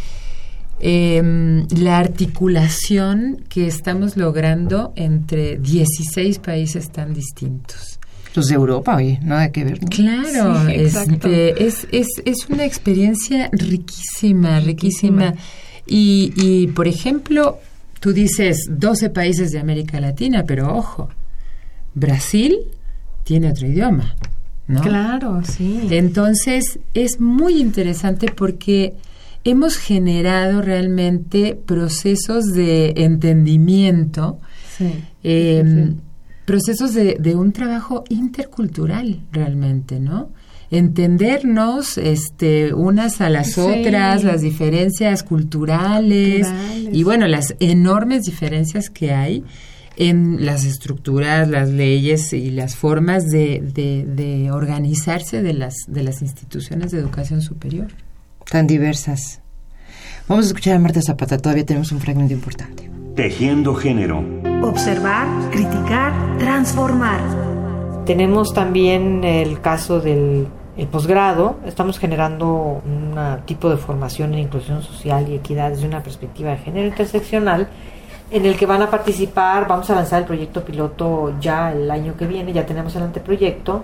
eh, la articulación que estamos logrando entre dieciséis países tan distintos. Los de Europa, oye, nada que ver, ¿no? Claro, sí, este, es, es, es una experiencia riquísima, riquísima. Y, y, por ejemplo, tú dices doce países de América Latina, pero ojo, Brasil tiene otro idioma, ¿no? Claro, sí. Entonces, es muy interesante porque hemos generado realmente procesos de entendimiento, sí, eh, sí, sí. procesos de, de un trabajo intercultural realmente, ¿no? Entendernos este, unas a las sí. otras, las diferencias culturales, culturales y bueno, las enormes diferencias que hay en las estructuras, las leyes y las formas de, de, de organizarse de las, de las instituciones de educación superior. Tan diversas. Vamos a escuchar a Marta Zapata, todavía tenemos un fragmento importante. Tejiendo género. Observar, criticar, transformar. Tenemos también el caso del el posgrado. Estamos generando un tipo de formación en inclusión social y equidad desde una perspectiva de género interseccional, en el que van a participar, vamos a lanzar el proyecto piloto ya el año que viene, ya tenemos el anteproyecto,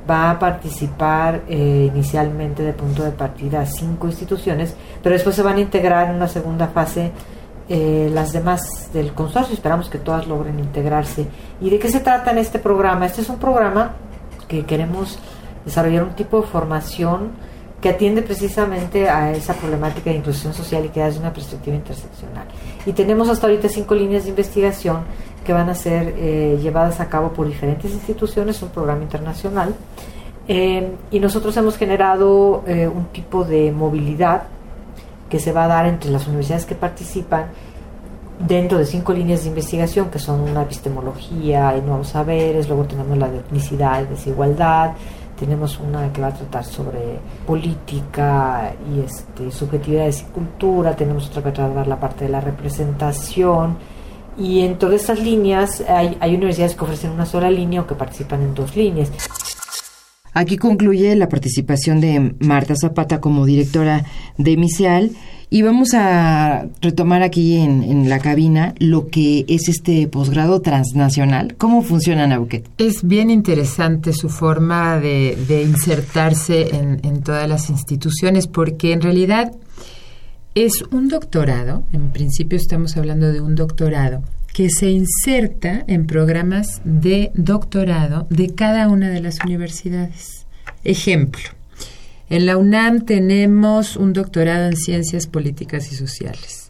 va a participar eh, inicialmente de punto de partida cinco instituciones, pero después se van a integrar en una segunda fase eh, las demás del consorcio. Esperamos que todas logren integrarse. ¿Y de qué se trata en este programa? Este es un programa que queremos desarrollar un tipo de formación que atiende precisamente a esa problemática de inclusión social y que da desde una perspectiva interseccional. Y tenemos hasta ahorita cinco líneas de investigación que van a ser eh, llevadas a cabo por diferentes instituciones, un programa internacional, eh, y nosotros hemos generado eh, un tipo de movilidad que se va a dar entre las universidades que participan dentro de cinco líneas de investigación, que son una epistemología y nuevos saberes, luego tenemos la de etnicidad y desigualdad, tenemos una que va a tratar sobre política y este, subjetividades y cultura, tenemos otra que va a tratar la parte de la representación. Y en todas estas líneas hay, hay universidades que ofrecen una sola línea o que participan en dos líneas. Aquí concluye la participación de Marta Zapata como directora de MISEAL y vamos a retomar aquí en, en la cabina lo que es este posgrado transnacional. ¿Cómo funciona, Ana Buquet? Es bien interesante su forma de, de insertarse en, en todas las instituciones, porque en realidad es un doctorado, en principio estamos hablando de un doctorado, que se inserta en programas de doctorado de cada una de las universidades. Ejemplo, en la UNAM tenemos un doctorado en Ciencias Políticas y Sociales.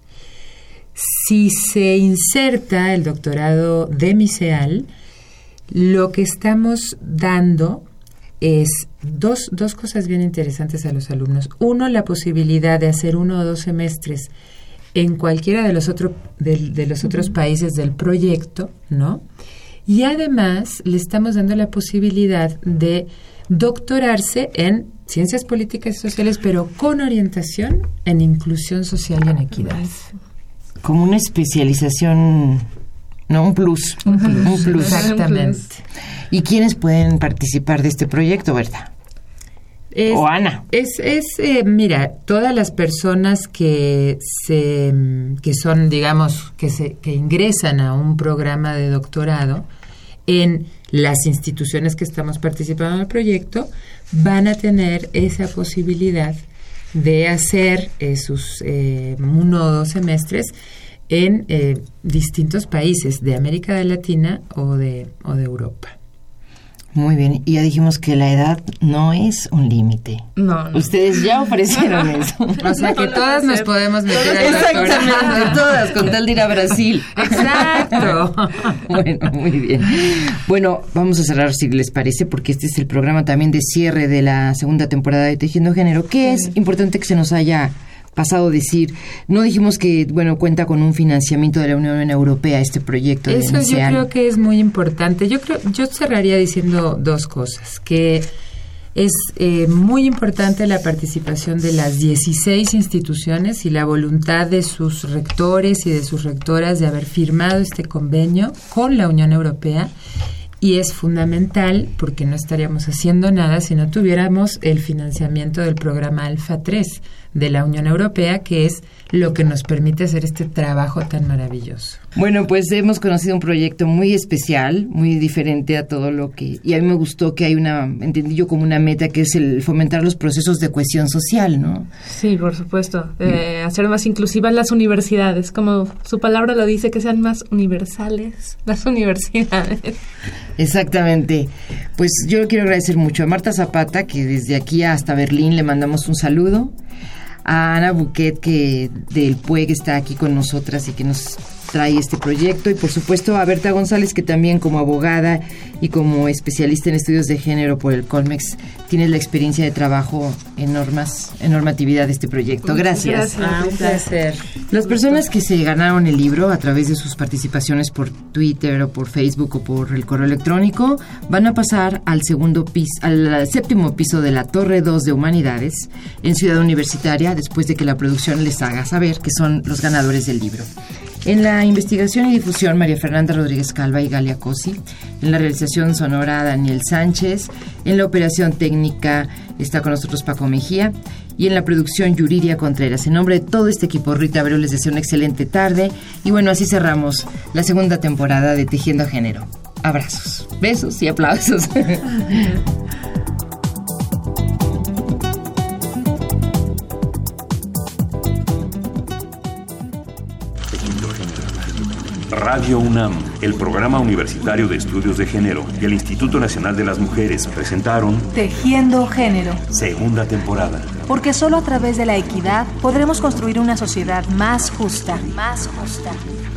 Si se inserta el doctorado de MISEAL, lo que estamos dando es dos, dos cosas bien interesantes a los alumnos. Uno, la posibilidad de hacer uno o dos semestres en cualquiera de los, otro, de, de los otros países del proyecto, ¿no? Y además le estamos dando la posibilidad de doctorarse en Ciencias Políticas y Sociales, pero con orientación en inclusión social y en equidad. Como una especialización, no, un plus. Un plus, un plus. Exactamente. ¿Y quiénes pueden participar de este proyecto, verdad? Es, o Ana. Es, es eh, mira, todas las personas que se, que son, digamos, que se, que ingresan a un programa de doctorado en las instituciones que estamos participando en el proyecto, van a tener esa posibilidad de hacer eh, sus eh, uno o dos semestres en eh, distintos países de América Latina o de, o de Europa. Muy bien, y ya dijimos que la edad no es un límite. No, no. Ustedes ya ofrecieron eso. O sea que todas nos podemos meter al doctorado. Exactamente, todas, con tal de ir a Brasil. Exacto. Bueno, muy bien. Bueno, vamos a cerrar, si les parece, porque este es el programa también de cierre de la segunda temporada de Tejiendo Género, que es importante que se nos haya pasado decir. No dijimos que, bueno, cuenta con un financiamiento de la Unión Europea este proyecto. Eso yo creo que es muy importante. Yo creo, yo cerraría diciendo dos cosas, que es eh, muy importante la participación de las dieciséis instituciones y la voluntad de sus rectores y de sus rectoras de haber firmado este convenio con la Unión Europea. Y es fundamental porque no estaríamos haciendo nada si no tuviéramos el financiamiento del programa Alfa tres de la Unión Europea, que es lo que nos permite hacer este trabajo tan maravilloso. Bueno, pues hemos conocido un proyecto muy especial, muy diferente a todo lo que... Y a mí me gustó que hay una, entendí yo como una meta, que es el fomentar los procesos de cohesión social, ¿no? Sí, por supuesto. Eh, hacer más inclusivas las universidades, como su palabra lo dice, que sean más universales las universidades. Exactamente. Pues yo quiero agradecer mucho a Marta Zapata, que desde aquí hasta Berlín le mandamos un saludo, a Ana Buquet, que del P U E, que está aquí con nosotras y que nos trae este proyecto, y por supuesto a Berta González, que también como abogada y como especialista en estudios de género por el Colmex tienes la experiencia de trabajo en normas, en normatividad de este proyecto. Gracias. Gracias. Ah, un placer. Las personas que se ganaron el libro a través de sus participaciones por Twitter o por Facebook o por el correo electrónico van a pasar al segundo piso, al séptimo piso de la Torre dos de Humanidades en Ciudad Universitaria, después de que la producción les haga saber que son los ganadores del libro. En la investigación y difusión, María Fernanda Rodríguez Calva y Galia Cosi. En la realización sonora, Daniel Sánchez. En la operación técnica está con nosotros Paco Mejía. Y en la producción, Yuridia Contreras. En nombre de todo este equipo, Rita Abreu les deseo una excelente tarde. Y bueno, así cerramos la segunda temporada de Tejiendo Género. Abrazos, besos y aplausos. Radio UNAM, el Programa Universitario de Estudios de Género y el Instituto Nacional de las Mujeres presentaron Tejiendo Género, segunda temporada. Porque solo a través de la equidad podremos construir una sociedad más justa. Más justa.